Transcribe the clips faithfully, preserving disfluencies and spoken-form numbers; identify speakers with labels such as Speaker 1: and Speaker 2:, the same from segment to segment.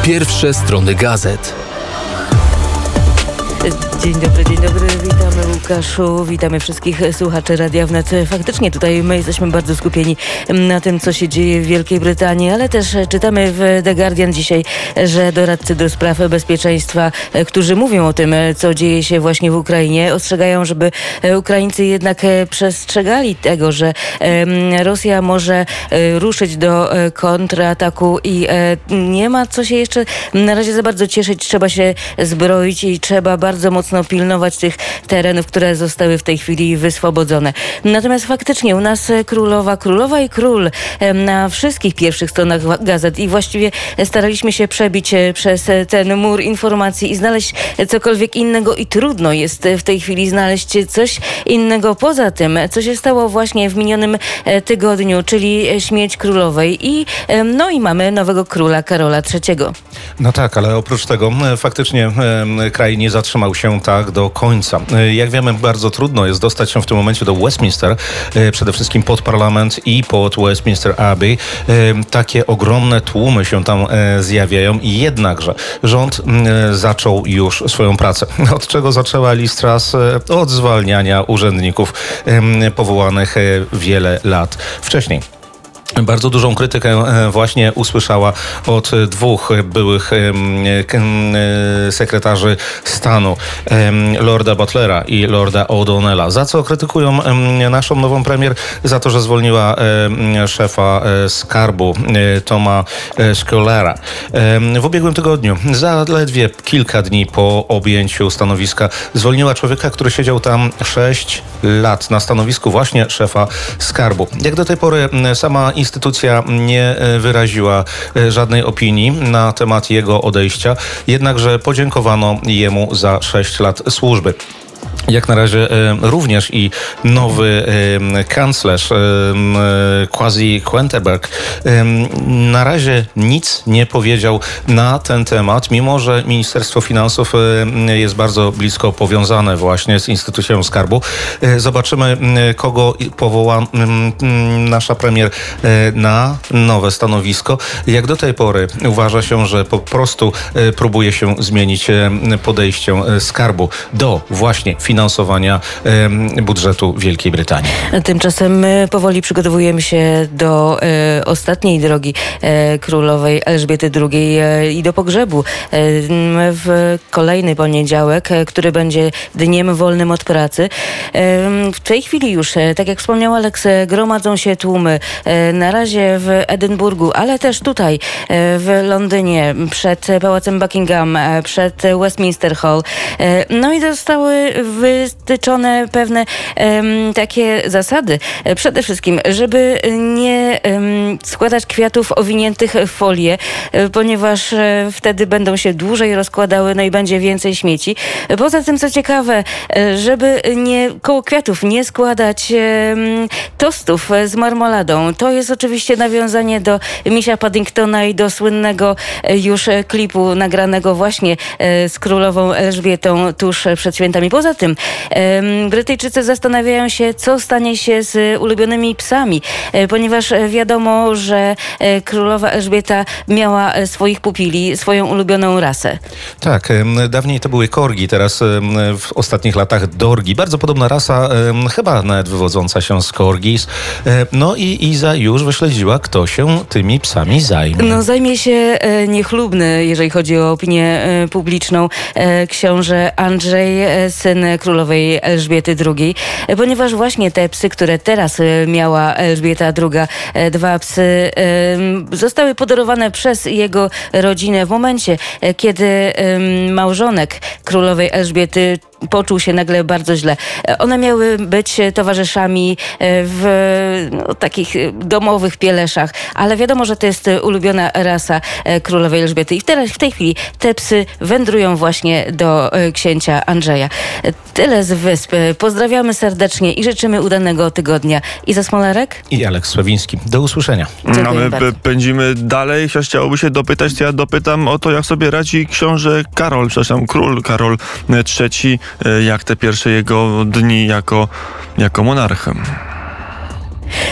Speaker 1: Pierwsze strony gazet.
Speaker 2: Dzień dobry, dzień dobry, witamy Łukaszu, witamy wszystkich słuchaczy Radia Wnet. Faktycznie tutaj my jesteśmy bardzo skupieni na tym, co się dzieje w Wielkiej Brytanii, ale też czytamy w The Guardian dzisiaj, że doradcy do spraw bezpieczeństwa, którzy mówią o tym, co dzieje się właśnie w Ukrainie, ostrzegają, żeby Ukraińcy jednak przestrzegali tego, że Rosja może ruszyć do kontrataku i nie ma co się jeszcze na razie za bardzo cieszyć. Trzeba się zbroić i trzeba bardzo bardzo mocno pilnować tych terenów, które zostały w tej chwili wyswobodzone. Natomiast faktycznie u nas królowa, królowa i król na wszystkich pierwszych stronach gazet i właściwie staraliśmy się przebić przez ten mur informacji i znaleźć cokolwiek innego i trudno jest w tej chwili znaleźć coś innego poza tym, co się stało właśnie w minionym tygodniu, czyli śmierć królowej i no i mamy nowego króla Karola trzeciego.
Speaker 3: No tak, ale oprócz tego faktycznie kraj nie zatrzymał się tak do końca. Jak wiemy, bardzo trudno jest dostać się w tym momencie do Westminster, przede wszystkim pod parlament i pod Westminster Abbey. Takie ogromne tłumy się tam zjawiają i jednakże rząd zaczął już swoją pracę. Od czego zaczęła Liz Truss? Od zwalniania urzędników powołanych wiele lat wcześniej. Bardzo dużą krytykę właśnie usłyszała od dwóch byłych sekretarzy stanu, Lorda Butlera i Lorda O'Donnella. Za co krytykują naszą nową premier? Za to, że zwolniła szefa skarbu Toma Scolera. W ubiegłym tygodniu, zaledwie kilka dni po objęciu stanowiska, zwolniła człowieka, który siedział tam sześć lat na stanowisku właśnie szefa skarbu. Jak do tej pory sama instytucja nie wyraziła żadnej opinii na temat jego odejścia, jednakże podziękowano jemu za sześć lat służby. Jak na razie e, również i nowy e, kanclerz e, Kwasi Kwenteberg e, na razie nic nie powiedział na ten temat, mimo że Ministerstwo Finansów e, jest bardzo blisko powiązane właśnie z instytucją skarbu. E, zobaczymy, e, kogo powoła e, nasza premier e, na nowe stanowisko. Jak do tej pory uważa się, że po prostu e, próbuje się zmienić e, podejście skarbu do właśnie finansowania e, budżetu Wielkiej Brytanii.
Speaker 2: Tymczasem my powoli przygotowujemy się do e, ostatniej drogi e, królowej Elżbiety drugiej e, i do pogrzebu e, w kolejny poniedziałek, e, który będzie dniem wolnym od pracy. E, w tej chwili już, e, tak jak wspomniał Aleks, e, gromadzą się tłumy e, na razie w Edynburgu, ale też tutaj e, w Londynie, przed Pałacem Buckingham, e, przed Westminster Hall. E, no i zostały wytyczone pewne um, takie zasady. Przede wszystkim, żeby nie um, składać kwiatów owiniętych w folię, ponieważ e, wtedy będą się dłużej rozkładały, no i będzie więcej śmieci. Poza tym, co ciekawe, żeby nie koło kwiatów nie składać e, tostów z marmoladą. To jest oczywiście nawiązanie do Misia Paddingtona i do słynnego już klipu nagranego właśnie e, z królową Elżbietą tuż przed świętami. Poza tym Brytyjczycy zastanawiają się, co stanie się z ulubionymi psami, ponieważ wiadomo, że królowa Elżbieta miała swoich pupili, swoją ulubioną rasę.
Speaker 3: Tak, dawniej to były korgi, teraz w ostatnich latach dorgi. Bardzo podobna rasa, chyba nawet wywodząca się z korgis. No i Iza już wyśledziła, kto się tymi psami zajmie.
Speaker 2: No zajmie się niechlubny, jeżeli chodzi o opinię publiczną, książę Andrzej, syn królowej Elżbiety drugiej, ponieważ właśnie te psy, które teraz miała Elżbieta druga, dwa psy, zostały podarowane przez jego rodzinę w momencie, kiedy małżonek królowej Elżbiety poczuł się nagle bardzo źle. One miały być towarzyszami w no, takich domowych pieleszach, ale wiadomo, że to jest ulubiona rasa królowej Elżbiety. I teraz w tej chwili te psy wędrują właśnie do księcia Andrzeja. Tyle z Wysp. Pozdrawiamy serdecznie i życzymy udanego tygodnia. Iza Smolarek
Speaker 3: i Aleks Sławiński. Do usłyszenia.
Speaker 4: A my p- pędzimy dalej. Chciałoby się dopytać, to ja dopytam o to, jak sobie radzi książę Karol, przepraszam, król Karol trzeci, jak te pierwsze jego dni jako, jako monarcha.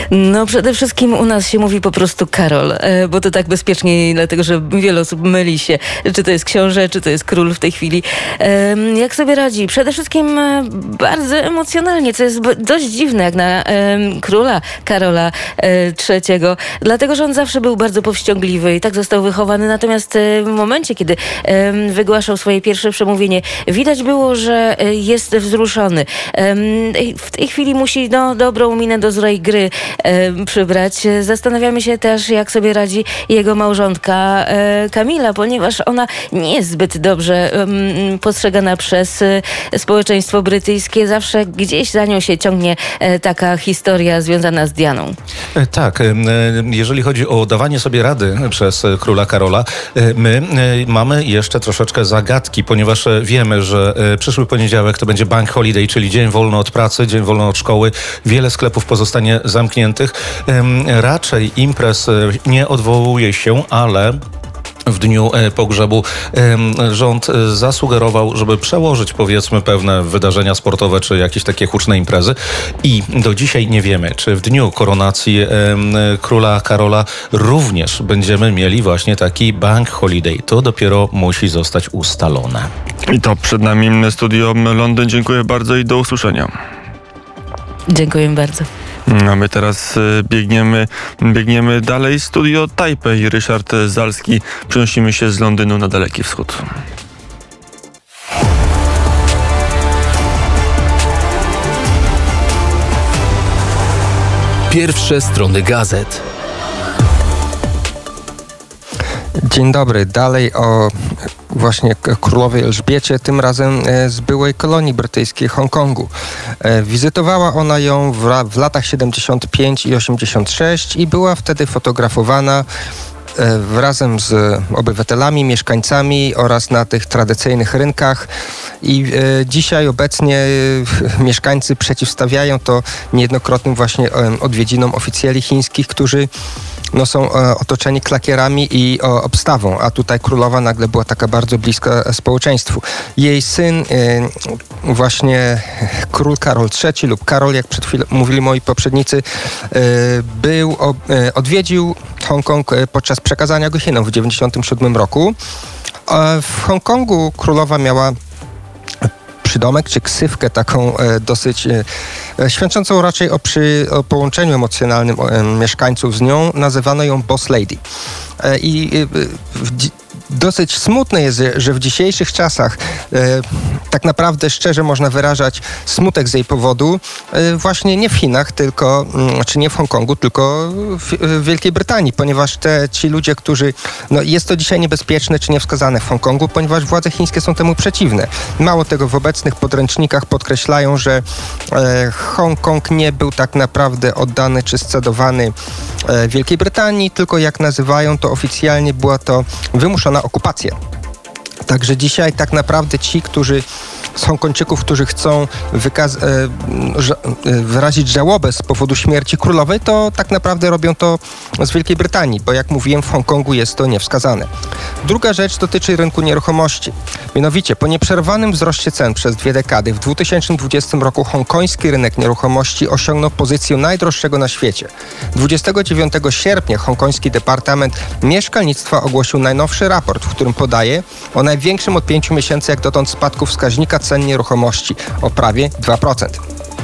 Speaker 2: No przede wszystkim u nas się mówi po prostu Karol, e, bo to tak bezpieczniej, dlatego że wiele osób myli się, czy to jest książę, czy to jest król w tej chwili. E, jak sobie radzi? Przede wszystkim e, bardzo emocjonalnie, co jest b- dość dziwne jak na e, króla Karola e, trzeciego, dlatego że on zawsze był bardzo powściągliwy i tak został wychowany, natomiast e, w momencie, kiedy e, wygłaszał swoje pierwsze przemówienie, widać było, że e, jest wzruszony. E, w tej chwili musi no, dobrą minę do złej gry e, przybrać. Zastanawiamy się też, jak sobie radzi jego małżonka e, Kamila, ponieważ ona nie jest zbyt dobrze e, postrzegana przez e, społeczeństwo brytyjskie. Zawsze gdzieś za nią się ciągnie e, taka historia związana z Dianą.
Speaker 3: E, Tak, e, jeżeli chodzi o dawanie sobie rady przez e, króla Karola, e, my e, mamy jeszcze troszeczkę zagadki, ponieważ e, wiemy, że e, przyszły poniedziałek to będzie bank holiday, czyli dzień wolny od pracy, dzień wolny od szkoły. Wiele sklepów pozostanie zamkniętych. E, raczej imprez e, nie odwołuje się, ale w dniu e, pogrzebu e, rząd e, zasugerował, żeby przełożyć powiedzmy pewne wydarzenia sportowe czy jakieś takie huczne imprezy i do dzisiaj nie wiemy, czy w dniu koronacji e, króla Karola również będziemy mieli właśnie taki bank holiday. To dopiero musi zostać ustalone.
Speaker 4: I to przed nami Studio Londyn. Dziękuję bardzo i do usłyszenia.
Speaker 2: Dziękuję bardzo.
Speaker 4: A my teraz biegniemy, biegniemy dalej. Studio Tajpej. Ryszard Zalski. Przenosimy się z Londynu na Daleki Wschód.
Speaker 1: Pierwsze strony gazet.
Speaker 5: Dzień dobry. Dalej o właśnie królowej Elżbiecie, tym razem z byłej kolonii brytyjskiej Hongkongu. Wizytowała ona ją w, w latach siedemdziesiąt pięć i osiemdziesiąt sześć i była wtedy fotografowana razem z obywatelami, mieszkańcami oraz na tych tradycyjnych rynkach. I e, dzisiaj obecnie e, mieszkańcy przeciwstawiają to niejednokrotnym właśnie e, odwiedzinom oficjeli chińskich, którzy no, są e, otoczeni klakierami i o, obstawą, a tutaj królowa nagle była taka bardzo bliska społeczeństwu. Jej syn, e, właśnie król Karol trzeci lub Karol, jak przed chwilą mówili moi poprzednicy, e, był, o, e, odwiedził Hongkong podczas przekazania go Chinom w dziewięćdziesiątym siódmym roku. E, w Hongkongu królowa miała przydomek czy ksywkę taką e, dosyć e, świadczącą raczej o, przy, o połączeniu emocjonalnym e, mieszkańców z nią. Nazywano ją Boss Lady. E, I e, w, dosyć smutne jest, że w dzisiejszych czasach e, tak naprawdę szczerze można wyrażać smutek z jej powodu e, właśnie nie w Chinach, tylko, m, czy nie w Hongkongu, tylko w, w Wielkiej Brytanii, ponieważ te, ci ludzie, którzy, no jest to dzisiaj niebezpieczne czy niewskazane w Hongkongu, ponieważ władze chińskie są temu przeciwne. Mało tego, w obecnych podręcznikach podkreślają, że e, Hongkong nie był tak naprawdę oddany czy scedowany e, Wielkiej Brytanii, tylko jak nazywają to oficjalnie, była to wymuszona okupacja. Także dzisiaj tak naprawdę ci, którzy z Hongkończyków, którzy chcą wykaz- e, ża- e, wyrazić żałobę z powodu śmierci królowej, to tak naprawdę robią to z Wielkiej Brytanii, bo jak mówiłem, w Hongkongu jest to niewskazane. Druga rzecz dotyczy rynku nieruchomości. Mianowicie, po nieprzerwanym wzroście cen przez dwie dekady, w dwa tysiące dwudziestym roku hongkoński rynek nieruchomości osiągnął pozycję najdroższego na świecie. dwudziestego dziewiątego sierpnia hongkoński Departament Mieszkalnictwa ogłosił najnowszy raport, w którym podaje o największym od pięciu miesięcy jak dotąd spadku wskaźnika cen nieruchomości o prawie dwa procent.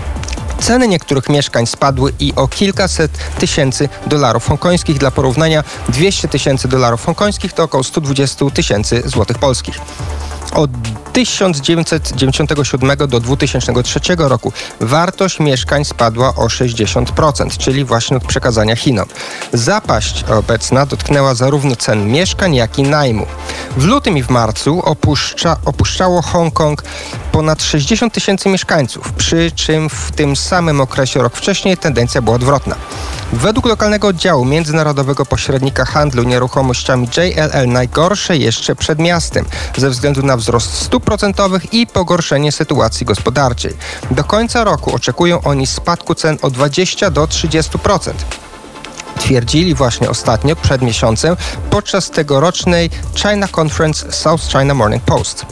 Speaker 5: Ceny niektórych mieszkań spadły i o kilkaset tysięcy dolarów hongkońskich. Dla porównania dwieście tysięcy dolarów hongkońskich to około sto dwadzieścia tysięcy złotych polskich. Od tysiąc dziewięćset dziewięćdziesiątego siódmego do dwa tysiące trzeciego roku wartość mieszkań spadła o sześćdziesiąt procent, czyli właśnie od przekazania Chinom. Zapaść obecna dotknęła zarówno cen mieszkań, jak i najmu. W lutym i w marcu opuszcza, opuszczało Hongkong ponad sześćdziesiąt tysięcy mieszkańców, przy czym w tym samym okresie rok wcześniej tendencja była odwrotna. Według lokalnego oddziału międzynarodowego pośrednika handlu nieruchomościami J L L najgorsze jeszcze przed miastem ze względu na wzrost stóp procentowych i pogorszenie sytuacji gospodarczej. Do końca roku oczekują oni spadku cen o dwadzieścia do trzydziestu procent. Twierdzili właśnie ostatnio, przed miesiącem, podczas tegorocznej China Conference South China Morning Post.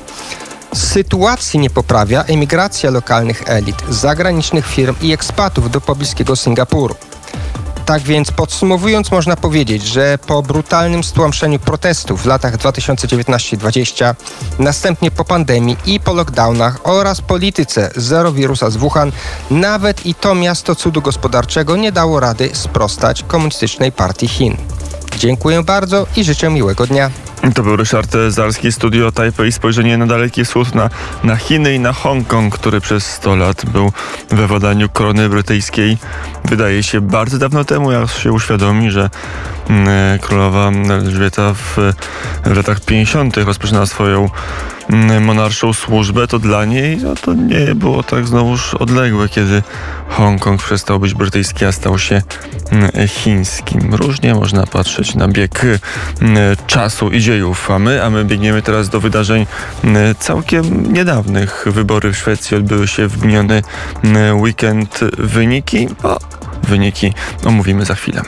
Speaker 5: Sytuacji nie poprawia emigracja lokalnych elit, zagranicznych firm i ekspatów do pobliskiego Singapuru. Tak więc podsumowując, można powiedzieć, że po brutalnym stłamszeniu protestów w latach dwa tysiące dziewiętnasty dwudziesty, następnie po pandemii i po lockdownach oraz polityce zero wirusa z Wuhan, nawet i to miasto cudu gospodarczego nie dało rady sprostać Komunistycznej Partii Chin. Dziękuję bardzo i życzę miłego dnia.
Speaker 4: To był Ryszard Zalski, Studio Tajpej. Spojrzenie na Daleki Wschód, na, na Chiny i na Hongkong, który przez sto lat był we władaniu korony brytyjskiej. Wydaje się bardzo dawno temu, jak się uświadomi, że mm, królowa Elżbieta w, w latach pięćdziesiątych rozpoczyna swoją mm, monarszą służbę, to dla niej no, to nie było tak znowuż odległe, kiedy Hongkong przestał być brytyjski, a stał się mm, chińskim. Różnie można patrzeć na bieg mm, czasu i dziejów, a my, a my biegniemy teraz do wydarzeń mm, całkiem niedawnych. Wybory w Szwecji odbyły się w miniony mm, weekend. Wyniki? O, wyniki omówimy za chwilę.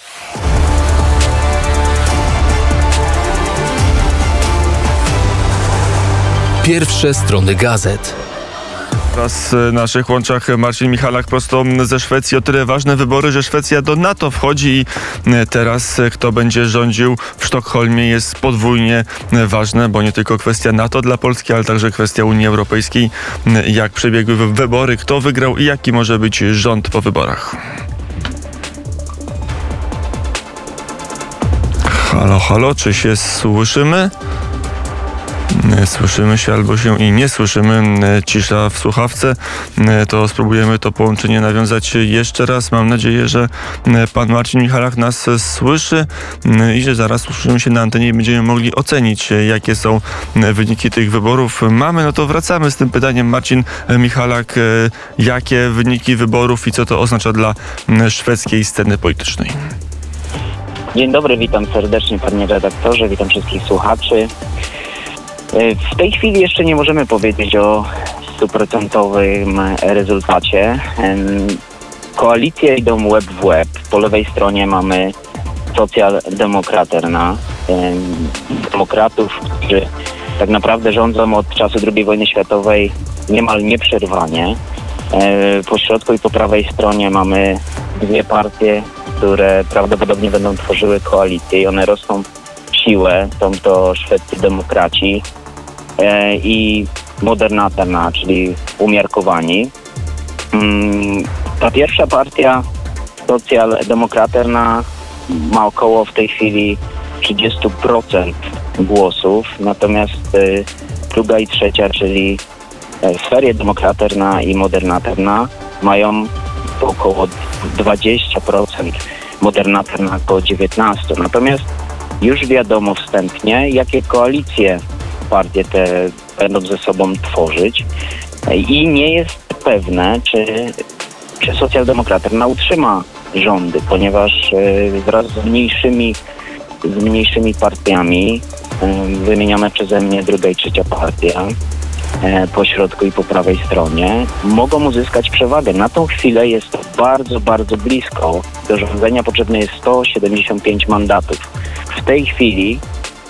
Speaker 1: Pierwsze strony gazet.
Speaker 4: Teraz w naszych łączach Marcin Michalak prosto ze Szwecji. O tyle ważne wybory, że Szwecja do NATO wchodzi i teraz kto będzie rządził w Sztokholmie jest podwójnie ważne, bo nie tylko kwestia NATO dla Polski, ale także kwestia Unii Europejskiej. Jak przebiegły wybory, kto wygrał i jaki może być rząd po wyborach? Halo, halo, czy się słyszymy? Słyszymy się albo się i nie słyszymy. Cisza w słuchawce. To spróbujemy to połączenie nawiązać jeszcze raz. Mam nadzieję, że pan Marcin Michalak nas słyszy i że zaraz usłyszymy się na antenie i będziemy mogli ocenić, jakie są wyniki tych wyborów. Mamy, no to wracamy z tym pytaniem. Marcin Michalak, jakie wyniki wyborów i co to oznacza dla szwedzkiej sceny politycznej?
Speaker 6: Dzień dobry, witam serdecznie panie redaktorze, witam wszystkich słuchaczy. W tej chwili jeszcze nie możemy powiedzieć o stuprocentowym rezultacie. Koalicje idą łeb w łeb. Po lewej stronie mamy socjaldemokraterna, demokratów, którzy tak naprawdę rządzą od czasu drugiej wojny światowej niemal nieprzerwanie. Po środku i po prawej stronie mamy dwie partie, które prawdopodobnie będą tworzyły koalicję i one rosną w siłę. Są to szwedzcy demokraci e, i Moderaterna, czyli umiarkowani. Mm, ta pierwsza partia, socjaldemokraterna, ma około w tej chwili trzydzieści procent głosów, natomiast e, druga i trzecia, czyli e, Sferie Demokraterna i Moderaterna, mają około dwadzieścia procent, Moderaterna około dziewiętnaście procent. Natomiast już wiadomo wstępnie, jakie koalicje partie te będą ze sobą tworzyć i nie jest pewne, czy, czy socjaldemokraterna utrzyma rządy, ponieważ wraz z mniejszymi, z mniejszymi partiami, wymienione przeze mnie druga i trzecia partia, po środku i po prawej stronie, mogą uzyskać przewagę. Na tą chwilę jest to bardzo, bardzo blisko. Do rządzenia potrzebne jest sto siedemdziesiąt pięć mandatów. W tej chwili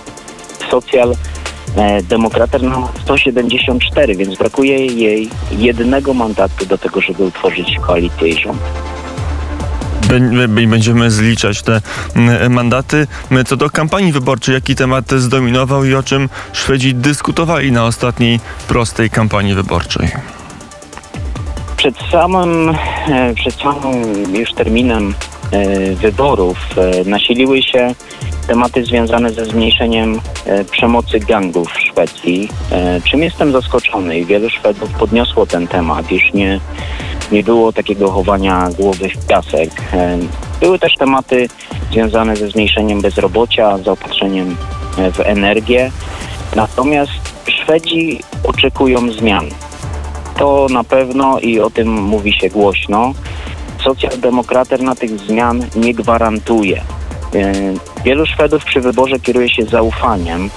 Speaker 6: socjaldemokraterna ma sto siedemdziesiąt cztery, więc brakuje jej jednego mandatu do tego, żeby utworzyć koalicję i rząd.
Speaker 4: Będziemy zliczać te mandaty. Co do kampanii wyborczej, jaki temat zdominował i o czym Szwedzi dyskutowali na ostatniej prostej kampanii wyborczej?
Speaker 6: Przed samym, przed samym już terminem wyborów nasiliły się tematy związane ze zmniejszeniem przemocy gangów w Szwecji. Czym jestem zaskoczony i wielu Szwedów podniosło ten temat, już nie Nie było takiego chowania głowy w piasek. Były też tematy związane ze zmniejszeniem bezrobocia, zaopatrzeniem w energię. Natomiast Szwedzi oczekują zmian. To na pewno i o tym mówi się głośno. Socjaldemokrater na tych zmian nie gwarantuje. Wielu Szwedów przy wyborze kieruje się zaufaniem.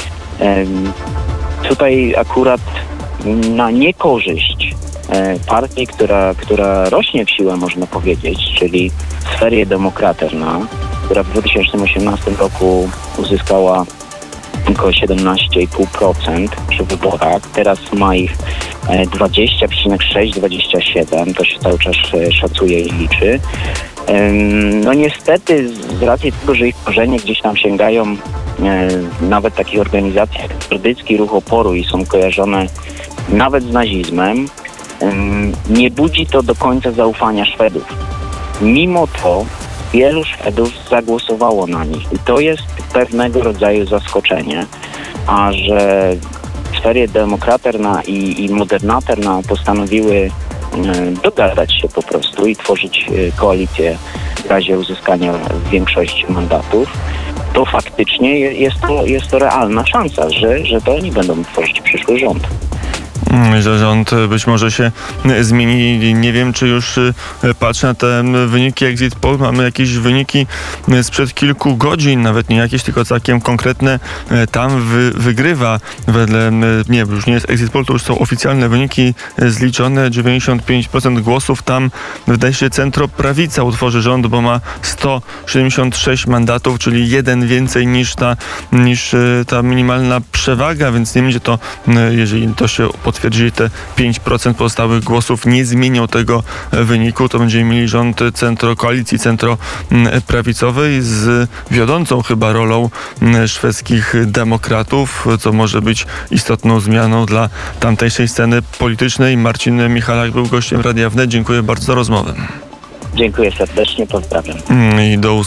Speaker 6: Tutaj akurat na niekorzyść partii, która, która rośnie w siłę, można powiedzieć, czyli Sferie Demokraterna, która w dwa tysiące osiemnastym roku uzyskała tylko siedemnaście i pół procent przy wyborach. Teraz ma ich dwadzieścia przecinek sześć, dwadzieścia siedem, to się cały czas szacuje i liczy. No niestety z racji tego, że ich korzenie gdzieś tam sięgają e, nawet takich organizacji jak Nordycki Ruch Oporu i są kojarzone nawet z nazizmem, e, nie budzi to do końca zaufania Szwedów. Mimo to wielu Szwedów zagłosowało na nich i to jest pewnego rodzaju zaskoczenie, a że Sverige Demokraterna i, i Modernaterna postanowiły dogadać się po prostu i tworzyć koalicję w razie uzyskania większości mandatów, to faktycznie jest to, jest to realna szansa, że, że to oni będą tworzyć przyszły rząd.
Speaker 4: Że rząd być może się zmieni. Nie wiem, czy już patrzę na te wyniki Exit Poll. Mamy jakieś wyniki sprzed kilku godzin, nawet nie jakieś, tylko całkiem konkretne. Tam wy, wygrywa wedle, nie, już nie jest Exit Poll, to już są oficjalne wyniki zliczone. dziewięćdziesiąt pięć procent głosów. Tam wydaje się centroprawica utworzy rząd, bo ma sto siedemdziesiąt sześć mandatów, czyli jeden więcej niż ta, niż ta minimalna przewaga, więc nie będzie to, jeżeli to się potwierdzi, te pięć procent pozostałych głosów nie zmienią tego wyniku, to będziemy mieli rząd centro, koalicji centroprawicowej z wiodącą chyba rolą szwedzkich demokratów, co może być istotną zmianą dla tamtejszej sceny politycznej. Marcin Michalak był gościem Radia Wnet. Dziękuję bardzo za rozmowę.
Speaker 6: Dziękuję serdecznie, pozdrawiam.
Speaker 4: I do usłyszenia.